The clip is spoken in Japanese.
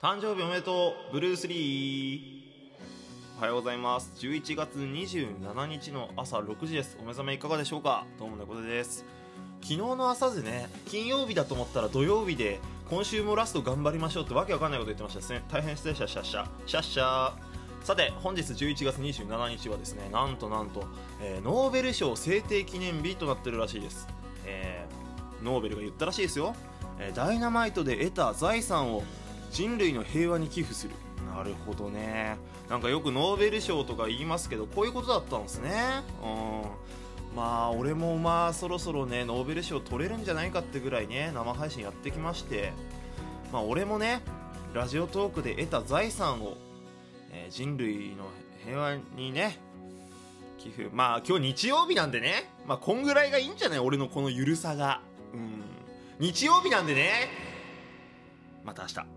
誕生日おめでとうブルース・リー。おはようございます。11月27日の朝6時です。お目覚めいかがでしょうか。どうも猫背です。昨日の朝でね、金曜日だと思ったら土曜日で、今週もラスト頑張りましょうってわけわかんないこと言ってましたですね。大変失礼しました。シャッシャー。さて本日11月27日はですね、なんと、ノーベル賞制定記念日となってるらしいです。ノーベルが言ったらしいですよ。ダイナマイトで得た財産を人類の平和に寄付する。なるほどね。なんかよくノーベル賞とか言いますけど、こういうことだったんですね。まあ俺もそろそろねノーベル賞取れるんじゃないかってぐらいね生配信やってきまして、俺もねラジオトークで得た財産を、人類の平和にね寄付。今日日曜日なんでね、こんぐらいがいいんじゃない。俺のこのゆるさが。日曜日なんでね。また明日。